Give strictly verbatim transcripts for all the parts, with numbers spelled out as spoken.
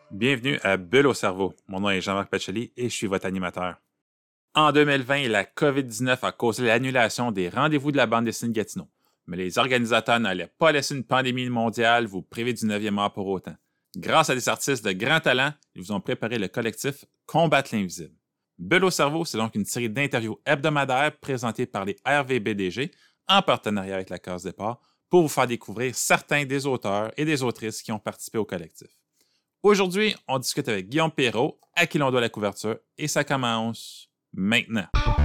Bienvenue à Bulle au cerveau. Mon nom est Jean-Marc Pacelli et je suis votre animateur. En deux mille vingt, la covid dix-neuf a causé l'annulation des rendez-vous de la bande dessinée de Gatineau. Mais les organisateurs n'allaient pas laisser une pandémie mondiale vous priver du neuvième art pour autant. Grâce à des artistes de grand talent, ils vous ont préparé le collectif Combattre l'invisible. Bulle au cerveau, c'est donc une série d'interviews hebdomadaires présentées par les R V B D G en partenariat avec la Case Départ pour vous faire découvrir certains des auteurs et des autrices qui ont participé au collectif. Aujourd'hui, on discute avec Guillaume Perrault, à qui l'on doit la couverture, et ça commence maintenant.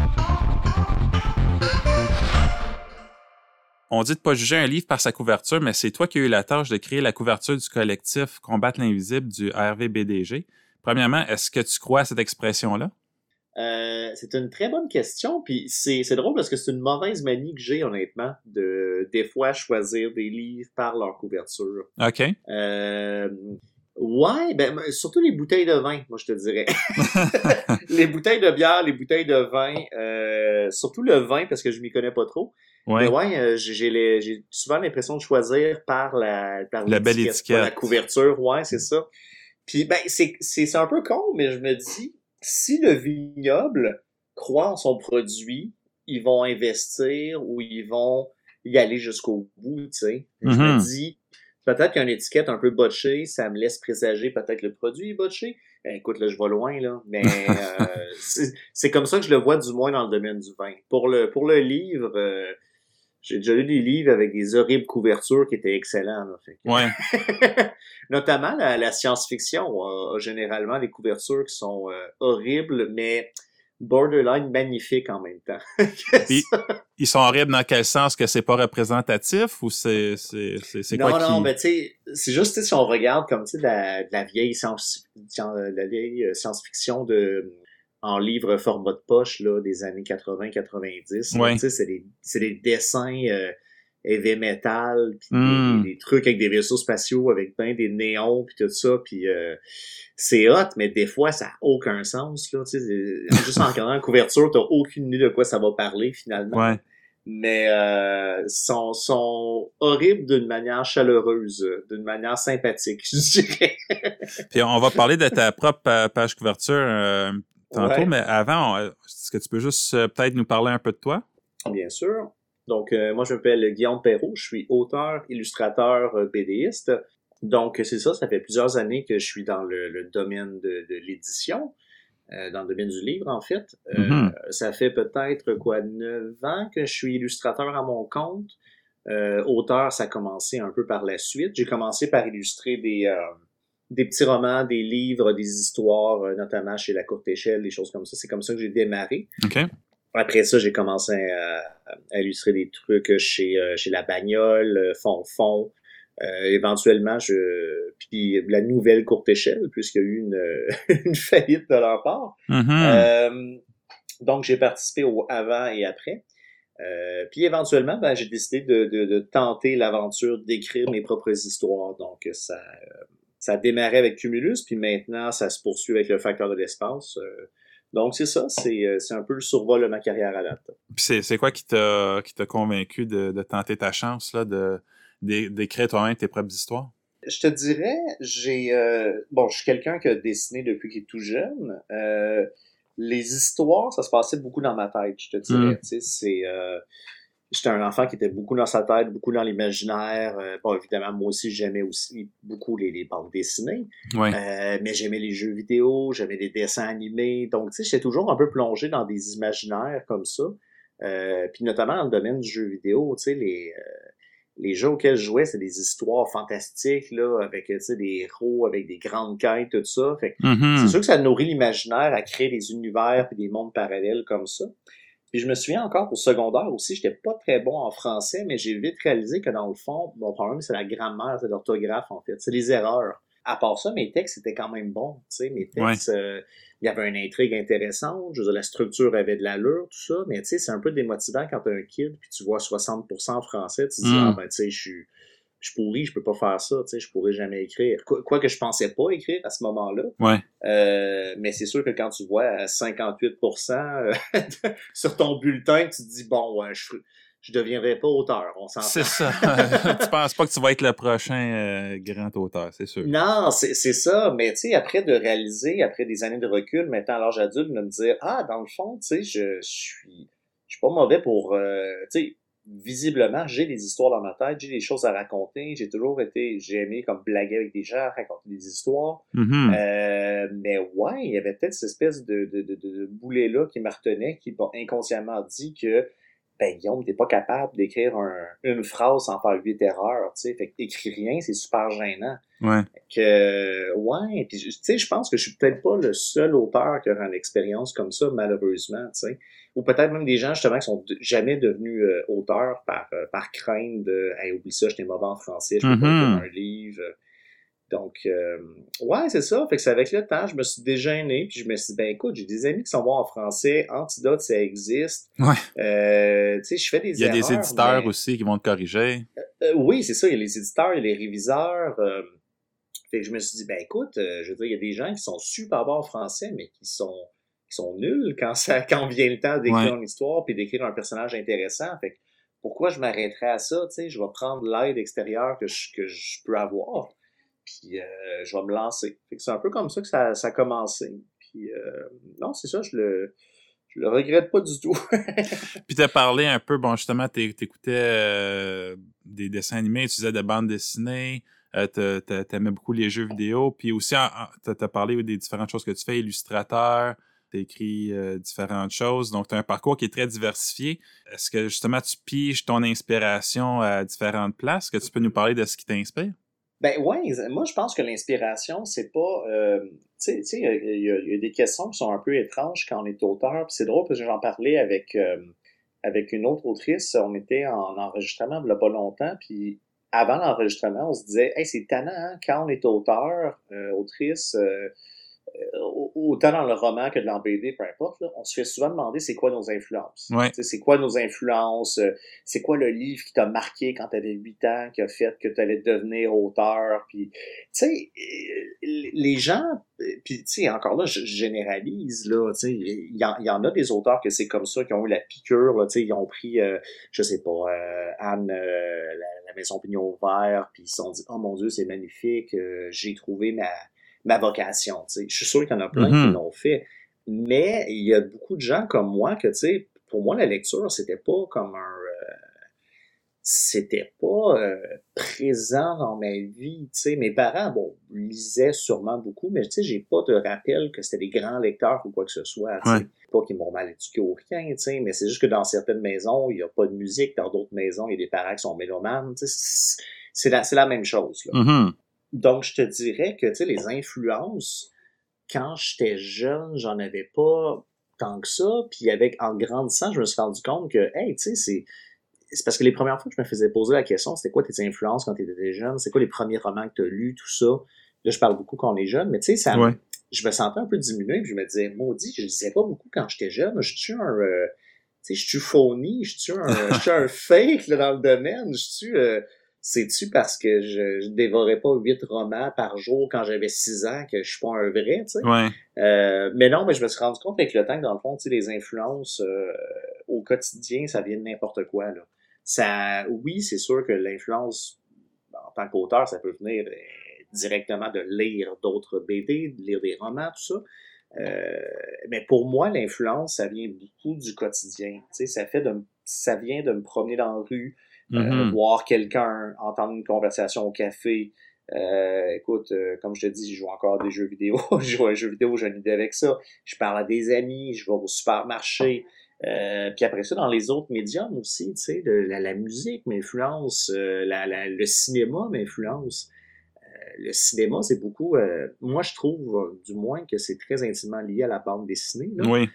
On dit de ne pas juger un livre par sa couverture, mais c'est toi qui as eu la tâche de créer la couverture du collectif Combattre l'invisible du R V B D G. Premièrement, est-ce que tu crois à cette expression-là? Euh, c'est une très bonne question, puis c'est, c'est drôle parce que c'est une mauvaise manie que j'ai, honnêtement, de des fois choisir des livres par leur couverture. OK. Euh, ouais, ben surtout les bouteilles de vin, moi je te dirais. Les bouteilles de bière, les bouteilles de vin, euh, surtout le vin parce que je m'y connais pas trop. Ouais. Mais ouais, euh, j'ai, j'ai, les, j'ai souvent l'impression de choisir par la, par la belle étiquette, par la couverture, ouais, c'est ça. Puis ben c'est, c'est, c'est un peu con, mais je me dis, si le vignoble croit en son produit, ils vont investir ou ils vont y aller jusqu'au bout, tu sais. Mm-hmm. Je me dis, peut-être qu'une étiquette un peu botchée, ça me laisse présager peut-être que le produit est botché. Ben, écoute, là, je vais loin, là. Mais euh, c'est, c'est comme ça que je le vois, du moins, dans le domaine du vin. Pour le, pour le livre, euh, j'ai déjà lu des livres avec des horribles couvertures qui étaient excellents. Là, fait que... Ouais. Notamment la, la science-fiction a, a généralement des couvertures qui sont euh, horribles, mais borderline magnifiques en même temps. Puis, ils sont horribles dans quel sens? Que c'est pas représentatif ou c'est, c'est, c'est, c'est non, quoi non, qui... mais tu sais, c'est juste si on regarde comme tu sais de la, de la vieille science, de la vieille science-fiction de en livre format de poche là des années quatre-vingts quatre-vingt-dix. Ouais. Tu sais, c'est des c'est des dessins euh, heavy metal, puis mm. des, des trucs avec des vaisseaux spatiaux, avec ben des néons, puis tout ça, puis euh, c'est hot, mais des fois, ça n'a aucun sens, là, tu sais, juste en regardant la couverture, t'as aucune idée de quoi ça va parler, finalement. Ouais. Mais euh, sont, sont horribles d'une manière chaleureuse, d'une manière sympathique, je dirais. Puis on va parler de ta propre page couverture euh, tantôt, ouais. Mais avant, on, est-ce que tu peux juste euh, peut-être nous parler un peu de toi? Bien sûr. Donc, euh, moi, je m'appelle Guillaume Perrault, je suis auteur, illustrateur, euh, BDiste. Donc, c'est ça, ça fait plusieurs années que je suis dans le, le domaine de, de l'édition, euh, dans le domaine du livre, en fait. Euh, mm-hmm. Ça fait peut-être, quoi, neuf ans que je suis illustrateur à mon compte. Euh, auteur, ça a commencé un peu par la suite. J'ai commencé par illustrer des, euh, des petits romans, des livres, des histoires, euh, notamment chez La Courte Échelle, des choses comme ça. C'est comme ça que j'ai démarré. OK. Après ça, j'ai commencé à, à illustrer des trucs chez, euh, chez La Bagnole, Fond-Fond. Euh, éventuellement, je puis la nouvelle Courte Échelle, puisqu'il y a eu une, une faillite de leur part. Mm-hmm. Euh, donc, j'ai participé au avant et après. Euh, puis éventuellement, ben, j'ai décidé de, de, de tenter l'aventure d'écrire mes propres histoires. Donc, ça, ça a démarré avec Cumulus, puis maintenant, ça se poursuit avec le facteur de l'espace. Euh, Donc, c'est ça, c'est, c'est un peu le survol de ma carrière à date. Puis c'est, c'est quoi qui t'a, qui t'a convaincu de, de tenter ta chance, là, de, de, d'écrire toi-même tes propres histoires? Je te dirais, j'ai... Euh, bon, je suis quelqu'un qui a dessiné depuis qu'il est tout jeune. Euh, les histoires, ça se passait beaucoup dans ma tête, je te dirais. Mm. Tu sais, c'est... Euh, j'étais un enfant qui était beaucoup dans sa tête, beaucoup dans l'imaginaire. Euh, bon, évidemment, moi aussi, j'aimais aussi beaucoup les, les bandes dessinées. Ouais. Euh, mais j'aimais les jeux vidéo, j'aimais les dessins animés. Donc, tu sais, j'étais toujours un peu plongé dans des imaginaires comme ça. Euh, puis notamment dans le domaine du jeu vidéo, tu sais, les... Euh, les jeux auxquels je jouais, c'est des histoires fantastiques, là, avec, tu sais, des héros, avec des grandes quêtes, tout ça. Fait que mm-hmm. C'est sûr que ça nourrit l'imaginaire à créer des univers et des mondes parallèles comme ça. Puis je me souviens encore au secondaire aussi, j'étais pas très bon en français, mais j'ai vite réalisé que dans le fond, mon problème, c'est la grammaire, c'est l'orthographe, en fait. C'est les erreurs. À part ça, mes textes étaient quand même bons, tu sais, mes textes, il ouais. euh, y avait une intrigue intéressante, je veux dire, la structure avait de l'allure, tout ça, mais tu sais, c'est un peu démotivant quand t'es un kid, puis tu vois soixante pour cent en français, tu te dis, mm. ah ben, tu sais, je suis, je suis pourri, je peux pas faire ça, tu sais, je pourrais jamais écrire. Quoi, quoi que je pensais pas écrire à ce moment-là. Ouais. Euh, mais c'est sûr que quand tu vois cinquante-huit pour cent sur ton bulletin, tu te dis, bon, ouais, je je deviendrai pas auteur, on s'entend. C'est ça. Tu penses pas que tu vas être le prochain euh, grand auteur, c'est sûr. Non, c'est, c'est ça, mais tu sais, après de réaliser, après des années de recul, maintenant à l'âge adulte, de me dire, ah, dans le fond, tu sais, je, je suis, je suis pas mauvais pour, euh, tu sais, visiblement, j'ai des histoires dans ma tête, j'ai des choses à raconter, j'ai toujours été, j'ai aimé comme blaguer avec des gens, raconter des histoires, Mm-hmm. euh, mais ouais, il y avait peut-être cette espèce de, de, de, de boulet-là qui me retenait, qui m'a inconsciemment dit que ben Guillaume, t'es pas capable d'écrire un, une phrase sans faire huit erreurs, tu sais. Fait que t'écris rien, c'est super gênant. Ouais. Que, ouais, puis tu sais, je pense que je suis peut-être pas le seul auteur qui aura une expérience comme ça, malheureusement, tu sais. Ou peut-être même des gens, justement, qui sont de, jamais devenus euh, auteurs par, euh, par crainte de « Hey, oublie ça, j'étais mauvais en français, je peux mm-hmm. pas écrire un livre. » Donc, euh, ouais, c'est ça. Fait que c'est avec le temps, je me suis dégêné, puis je me suis dit, ben écoute, j'ai des amis qui sont bons en français, Antidote, ça existe. Ouais. Euh, tu sais, je fais des erreurs. Il y a des éditeurs mais... aussi qui vont te corriger. Euh, euh, oui, c'est ça. Il y a les éditeurs, il y a les réviseurs. Euh... Fait que je me suis dit, ben écoute, euh, je veux dire, il y a des gens qui sont super bons en français, mais qui sont qui sont nuls quand ça quand vient le temps d'écrire ouais. une histoire puis d'écrire un personnage intéressant. Fait que pourquoi je m'arrêterais à ça, tu sais, je vais prendre l'aide extérieure que je, que je peux avoir. Puis euh, je vais me lancer. Fait que c'est un peu comme ça que ça, ça a commencé. Puis euh, non, c'est ça, je le je le regrette pas du tout. Puis t'as parlé un peu, bon, justement, t'écoutais euh, des dessins animés, tu faisais des bandes dessinées, euh, t'aimais beaucoup les jeux vidéo, puis aussi t'as, t'as parlé des différentes choses que tu fais, illustrateur, t'as écrit euh, différentes choses, donc t'as un parcours qui est très diversifié. Est-ce que justement tu piges ton inspiration à différentes places? Est-ce que tu peux nous parler de ce qui t'inspire? Ben ouais, moi je pense que l'inspiration, c'est pas... Euh, tu sais, il y, y, y a des questions qui sont un peu étranges quand on est auteur, puis c'est drôle parce que j'en parlais avec, euh, avec une autre autrice, on était en enregistrement il y a pas longtemps, puis avant l'enregistrement, on se disait « Hey, c'est tannant, hein, quand on est auteur, euh, autrice... Euh, autant dans le roman que dans le B D, peu importe, là, on se fait souvent demander c'est quoi nos influences. Ouais. C'est quoi nos influences, euh, c'est quoi le livre qui t'a marqué quand t'avais huit ans, qui a fait que t'allais devenir auteur, puis tu sais, les gens, puis tu sais, encore là, je généralise, là, tu sais, il y, y en a des auteurs que c'est comme ça, qui ont eu la piqûre, là, tu sais, ils ont pris, euh, je sais pas, euh, Anne, euh, la, la Maison Pignon Vert, puis ils se sont dit, oh mon Dieu, c'est magnifique, euh, j'ai trouvé ma ma vocation, tu sais. Je suis sûr qu'il y en a plein mm-hmm. qui l'ont fait. Mais il y a beaucoup de gens comme moi que, tu sais, pour moi, la lecture, c'était pas comme un... Euh, c'était pas euh, présent dans ma vie, tu sais. Mes parents, bon, lisaient sûrement beaucoup, mais tu sais, j'ai pas de rappel que c'était des grands lecteurs ou quoi que ce soit, tu sais. Ouais. Pas qu'ils m'ont mal éduqué ou rien, tu sais, mais c'est juste que dans certaines maisons, il y a pas de musique. Dans d'autres maisons, il y a des parents qui sont mélomanes, tu sais. C'est la, c'est la même chose, là. Mm-hmm. Donc, je te dirais que, tu sais, les influences, quand j'étais jeune, j'en avais pas tant que ça. Puis avec, en grandissant, je me suis rendu compte que, hey, tu sais, c'est, c'est parce que les premières fois que je me faisais poser la question, c'était quoi tes influences quand tu étais jeune? C'est quoi les premiers romans que tu as lus, tout ça? Là, je parle beaucoup quand on est jeune, mais tu sais, ça, ouais. je me sentais un peu diminué, puis je me disais, maudit, je lisais pas beaucoup quand j'étais jeune. Je suis un, euh, tu sais, je suis phony, je suis un, je suis un fake là, dans le domaine, je suis... Euh, c'est-tu parce que je, je dévorais pas huit romans par jour quand j'avais six ans que je suis pas un vrai, tu sais? Ouais. Euh, mais non, mais je me suis rendu compte avec le temps que dans le fond, tu sais, les influences euh, au quotidien, ça vient de n'importe quoi, là. Ça, oui, c'est sûr que l'influence, en tant qu'auteur, ça peut venir euh, directement de lire d'autres B D, de lire des romans, tout ça. Euh, mais pour moi, l'influence, ça vient beaucoup du quotidien. Tu sais, ça fait de, ça vient de me promener dans la rue, Euh, mm-hmm. voir quelqu'un, entendre une conversation au café. Euh, écoute, euh, comme je te dis, je joue encore à des jeux vidéo. Je joue à un jeu vidéo, j'ai une idée avec ça. Je parle à des amis, je vais au supermarché. Euh, puis après ça, dans les autres médiums aussi, tu sais, la, la musique m'influence, euh, la, la, le cinéma m'influence. Euh, le cinéma, c'est beaucoup... Euh, moi, je trouve, euh, du moins, que c'est très intimement lié à la bande dessinée. Là. Oui.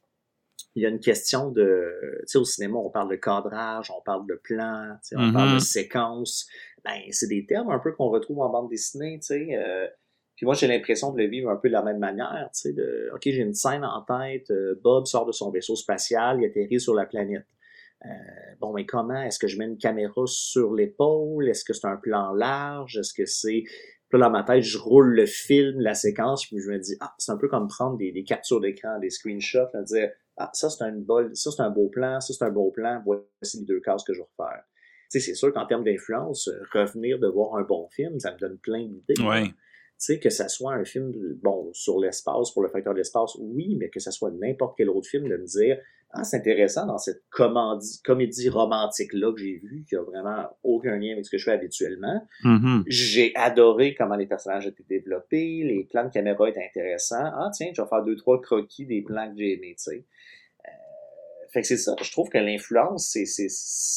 Il y a une question de... Tu sais, au cinéma, on parle de cadrage, on parle de plan, tu sais, on mm-hmm. parle de séquence. Ben, c'est des termes un peu qu'on retrouve en bande dessinée, tu sais. Euh, puis moi, j'ai l'impression de le vivre un peu de la même manière, tu sais. De, OK, j'ai une scène en tête, euh, Bob sort de son vaisseau spatial, il atterrit sur la planète. Euh, bon, mais comment? Est-ce que je mets une caméra sur l'épaule? Est-ce que c'est un plan large? Est-ce que c'est... Puis là, dans ma tête, je roule le film, la séquence, puis je me dis, ah, c'est un peu comme prendre des, des captures d'écran, des screenshots, là, dire, ah, ça, c'est un bol, ça, c'est un beau plan, ça, c'est un beau plan, voici les deux cases que je vais refaire. Tu sais, c'est sûr qu'en termes d'influence, revenir de voir un bon film, ça me donne plein d'idées. Ouais. Tu sais, que ça soit un film, bon, sur l'espace, pour le facteur de l'espace, oui, mais que ça soit n'importe quel autre film, de me dire, ah, c'est intéressant dans cette comédie, comédie romantique-là que j'ai vue, qui a vraiment aucun lien avec ce que je fais habituellement. Mm-hmm. J'ai adoré comment les personnages étaient développés, les plans de caméra étaient intéressants. Ah, tiens, je vais faire deux, trois croquis des plans que j'ai aimés, tu sais. Euh, fait que c'est ça, je trouve que l'influence, c'est, c'est,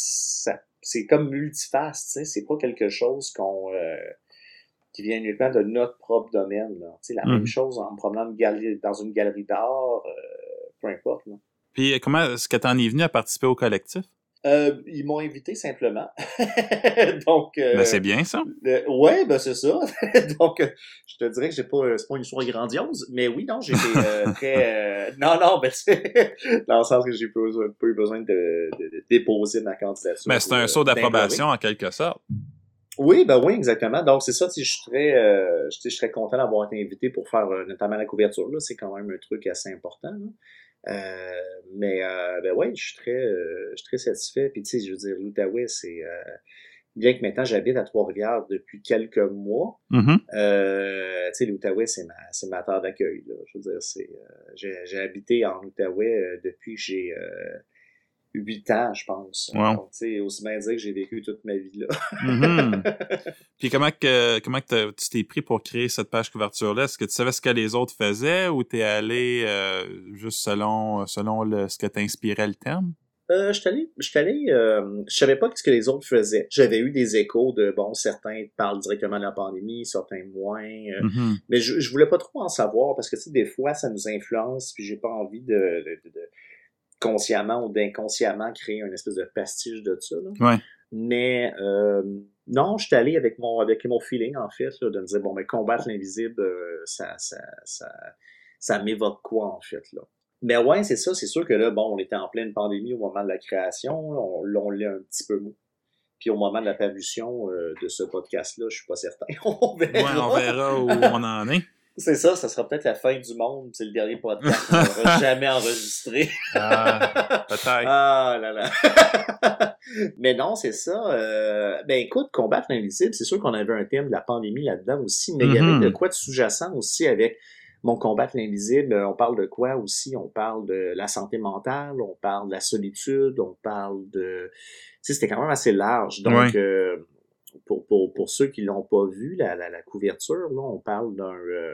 ça, c'est comme multiface, tu sais, c'est pas quelque chose qu'on... Euh, qui vient uniquement de notre propre domaine, là. Tu sais, la mm. même chose en me promenant une galerie, dans une galerie d'art, euh, peu importe, là. Puis comment est-ce que tu en es venu à participer au collectif? Euh, ils m'ont invité simplement. Donc, euh, ben c'est bien ça. Euh, ouais, ben c'est ça. Donc, euh, je te dirais que j'ai pas, c'est pas une histoire grandiose, mais oui, non, j'ai été euh, très. Euh, non, non, ben c'est dans le sens que j'ai pas, pas eu besoin de, de, de déposer ma candidature. Mais c'est un saut d'approbation en quelque sorte. Oui, ben oui, exactement. Donc, c'est ça, je suis très, euh, je serais content d'avoir été invité pour faire euh, notamment la couverture. Là, c'est quand même un truc assez important. Là. Euh, mais, euh, ben oui, je suis très, euh, je suis très satisfait. Puis, tu sais, je veux dire, l'Outaouais, c'est, euh, bien que maintenant j'habite à Trois-Rivières depuis quelques mois, mm-hmm. euh, tu sais, l'Outaouais, c'est ma, c'est ma terre d'accueil. Là. Je veux dire, c'est, euh, j'ai, j'ai habité en Outaouais euh, depuis que j'ai euh, huit ans, je pense. Wow. Donc, tu sais, aussi bien dire que j'ai vécu toute ma vie là. mm-hmm. Puis comment que comment que tu t'es pris pour créer cette page couverture-là? Est-ce que tu savais ce que les autres faisaient ou t'es allé euh, juste selon selon le, ce que t'inspirait le thème? Euh, je suis allé, je suis allé, euh, je savais pas ce que les autres faisaient. J'avais eu des échos de, bon, certains parlent directement de la pandémie, certains moins, euh, mm-hmm. mais je, je voulais pas trop en savoir parce que, tu sais, des fois, ça nous influence puis j'ai pas envie de, de, de, de consciemment ou d'inconsciemment créer une espèce de pastiche de ça, là. Ouais. Mais, euh, non, je suis allé avec mon, avec mon feeling, en fait, là, de me dire, bon, mais combattre l'invisible, euh, ça, ça, ça, ça m'évoque quoi, en fait, là. Mais ouais, c'est ça, c'est sûr que là, bon, on était en pleine pandémie au moment de la création, là, on, là, on l'est un petit peu mou. Puis au moment de la parution euh, de ce podcast-là, je suis pas certain. on verra. Ouais, on verra où on en est. C'est ça, ça sera peut-être la fin du monde, c'est le dernier podcast qu'on n'aura jamais enregistré. Ah, peut-être. Ah là là. Mais non, c'est ça. Euh, ben écoute, combattre l'invisible, c'est sûr qu'on avait un thème de la pandémie là-dedans aussi, mais mm-hmm. il y avait de quoi de sous-jacent aussi avec mon combattre l'invisible. On parle de quoi aussi? On parle de la santé mentale, on parle de la solitude, on parle de... Tu sais, c'était quand même assez large. Donc, ouais. euh, pour, pour, pour ceux qui l'ont pas vu, la, la, la couverture, là, on parle d'un... Euh,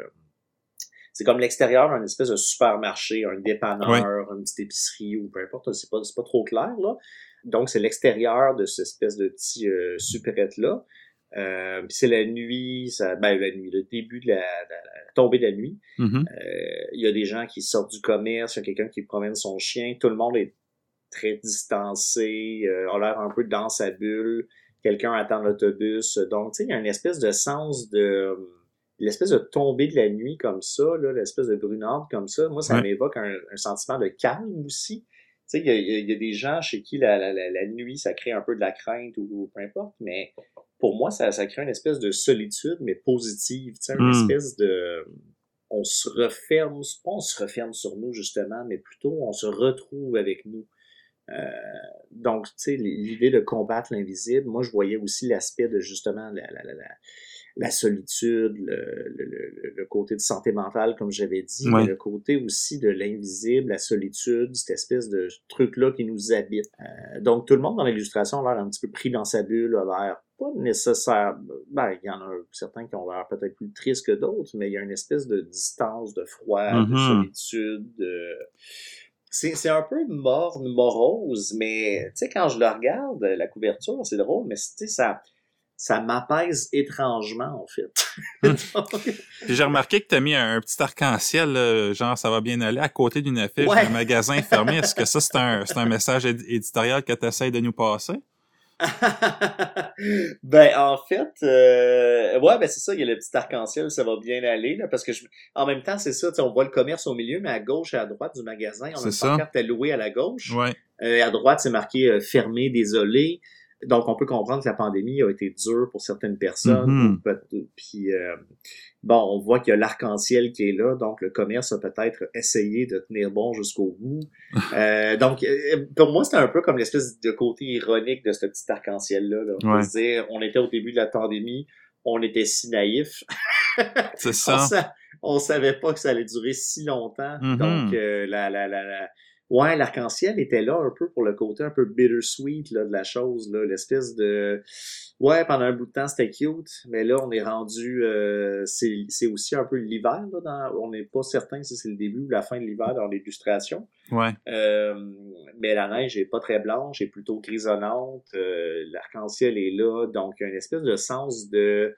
c'est comme l'extérieur d'un espèce de supermarché, un dépanneur, ouais. une petite épicerie ou peu importe, c'est pas, c'est pas trop clair, là. Donc, c'est l'extérieur de cette espèce de petit euh, supérette-là. Euh, puis c'est la nuit, ça, ben la nuit, le début de la, de la, la tombée de la nuit. Il mm-hmm. euh, y a des gens qui sortent du commerce, il y a quelqu'un qui promène son chien, tout le monde est très distancé, euh, a l'air un peu dans sa bulle, quelqu'un attend l'autobus. Donc, tu sais, il y a une espèce de sens de... l'espèce de tombée de la nuit comme ça, là, l'espèce de brunante comme ça, moi, ça ouais. m'évoque un, un sentiment de calme aussi. Tu sais, il y a, y a des gens chez qui la, la, la, la nuit, ça crée un peu de la crainte ou, ou peu importe, mais pour moi, ça, ça crée une espèce de solitude, mais positive, tu sais, une mm. espèce de... On se referme, pas on se referme sur nous, justement, mais plutôt on se retrouve avec nous. Euh, donc, tu sais, l'idée de combattre l'invisible, moi, je voyais aussi l'aspect de, justement, la, la, la, la, la solitude, le, le, le, le côté de santé mentale, comme j'avais dit, ouais. mais le côté aussi de l'invisible, la solitude, cette espèce de truc-là qui nous habite. Euh, donc, tout le monde dans l'illustration a l'air un petit peu pris dans sa bulle, a l'air pas nécessaire. Ben, il y en a certains qui ont l'air peut-être plus tristes que d'autres, mais il y a une espèce de distance, de froid, mm-hmm. de solitude, de... C'est, c'est un peu morne, morose, mais tu sais, quand je le regarde, la couverture, c'est drôle, mais tu sais, ça, ça m'apaise étrangement, en fait. Donc... Puis j'ai remarqué que tu as mis un, un petit arc-en-ciel, là, genre ça va bien aller, à côté d'une affiche ouais. d'un magasin fermé. Est-ce que ça, c'est un, c'est un message éditorial que tu essaies de nous passer? Ben en fait euh, ouais ben c'est ça, il y a le petit arc-en-ciel, ça va bien aller là, parce que je, en même temps c'est ça, on voit le commerce au milieu, mais à gauche et à droite du magasin on a une pancarte à louer à la gauche, ouais. euh, à droite c'est marqué euh, fermé, désolé, donc, on peut comprendre que la pandémie a été dure pour certaines personnes. Mm-hmm. Puis, euh, bon, on voit qu'il y a l'arc-en-ciel qui est là, donc le commerce a peut-être essayé de tenir bon jusqu'au bout. euh, donc, pour moi, c'est un peu comme l'espèce de côté ironique de ce petit arc-en-ciel-là. Là. On ouais. peut se dire, on était au début de la pandémie, on était si naïfs. C'est ça. on, sa- on savait pas que ça allait durer si longtemps. Mm-hmm. Donc, euh, la, la, la, la... ouais, l'arc-en-ciel était là un peu pour le côté un peu bittersweet là, de la chose, là, l'espèce de... Ouais, pendant un bout de temps, c'était cute, mais là, on est rendu... Euh, c'est, c'est aussi un peu l'hiver, là, dans... on n'est pas certain si c'est le début ou la fin de l'hiver dans l'illustration. Ouais. Euh, mais la neige est pas très blanche, elle est plutôt grisonnante, euh, l'arc-en-ciel est là, donc il y a une espèce de sens de...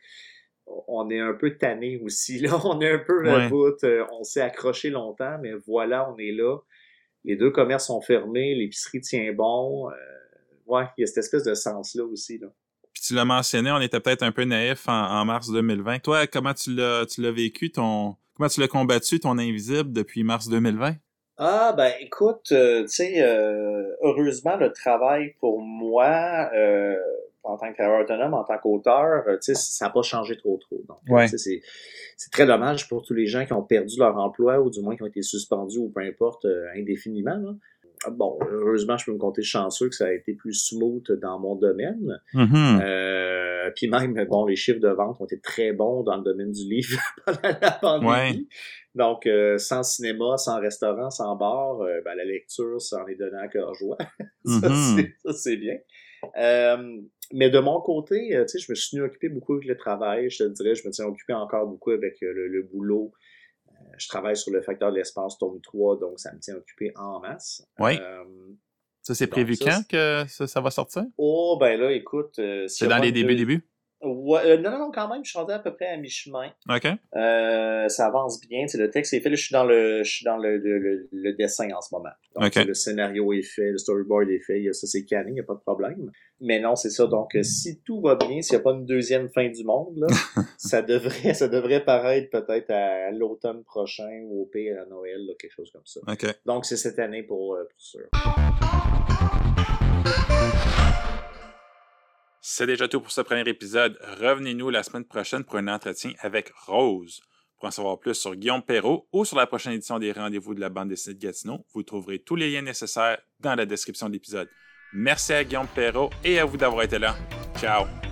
On est un peu tanné aussi, là, on est un peu ouais. à bout, euh, on s'est accroché longtemps, mais voilà, on est là. Les deux commerces sont fermés, l'épicerie tient bon. Euh, ouais, il y a cette espèce de sens-là aussi. Là. Puis tu l'as mentionné, on était peut-être un peu naïf en, en mars deux mille vingt. Toi, comment tu l'as, tu l'as vécu, ton, comment tu l'as combattu, ton invisible, depuis mars deux mille vingt? Ah, ben écoute, euh, tu sais, euh, heureusement, le travail pour moi, euh, en tant que travailleur autonome, en tant qu'auteur, tu sais, ça n'a pas changé trop trop. Donc, ouais. tu sais, c'est, c'est très dommage pour tous les gens qui ont perdu leur emploi ou du moins qui ont été suspendus ou peu importe euh, indéfiniment. Là. Bon, heureusement, je peux me compter chanceux que ça a été plus smooth dans mon domaine. Mm-hmm. Euh, puis même, bon, les chiffres de vente ont été très bons dans le domaine du livre pendant la pandémie. Ouais. Donc, euh, sans cinéma, sans restaurant, sans bar, euh, ben, la lecture, ça en est donné à cœur joie. ça, Mm-hmm. c'est, ça, c'est bien. Euh, mais de mon côté, tu sais, je me suis tenu occupé beaucoup avec le travail. Je te dirais, je me tiens occupé encore beaucoup avec le, le boulot. Je travaille sur le facteur de l'espace tome trois, donc ça me tient occupé en masse. Oui. Euh, ça, c'est prévu ça, quand que ça, ça va sortir? Oh, ben là, écoute... Euh, c'est dans les débuts, de... débuts? Ouais, euh, non, non, non, quand même, je suis rendu à peu près à mi-chemin. OK. Euh, ça avance bien, le texte est fait. Là, je suis dans le, je suis dans le, le, le, le dessin en ce moment. Donc, okay. le scénario est fait, le storyboard est fait, ça c'est canné, il n'y a pas de problème. Mais non, c'est ça. Donc, si tout va bien, s'il n'y a pas une deuxième fin du monde, là, ça devrait, ça devrait paraître peut-être à l'automne prochain ou au pire à Noël, là, quelque chose comme ça. Okay. Donc, c'est cette année pour, pour sûr. C'est déjà tout pour ce premier épisode. Revenez-nous la semaine prochaine pour un entretien avec Rose. Pour en savoir plus sur Guillaume Perrault ou sur la prochaine édition des Rendez-vous de la bande dessinée de Gatineau, vous trouverez tous les liens nécessaires dans la description de l'épisode. Merci à Guillaume Perrault et à vous d'avoir été là. Ciao!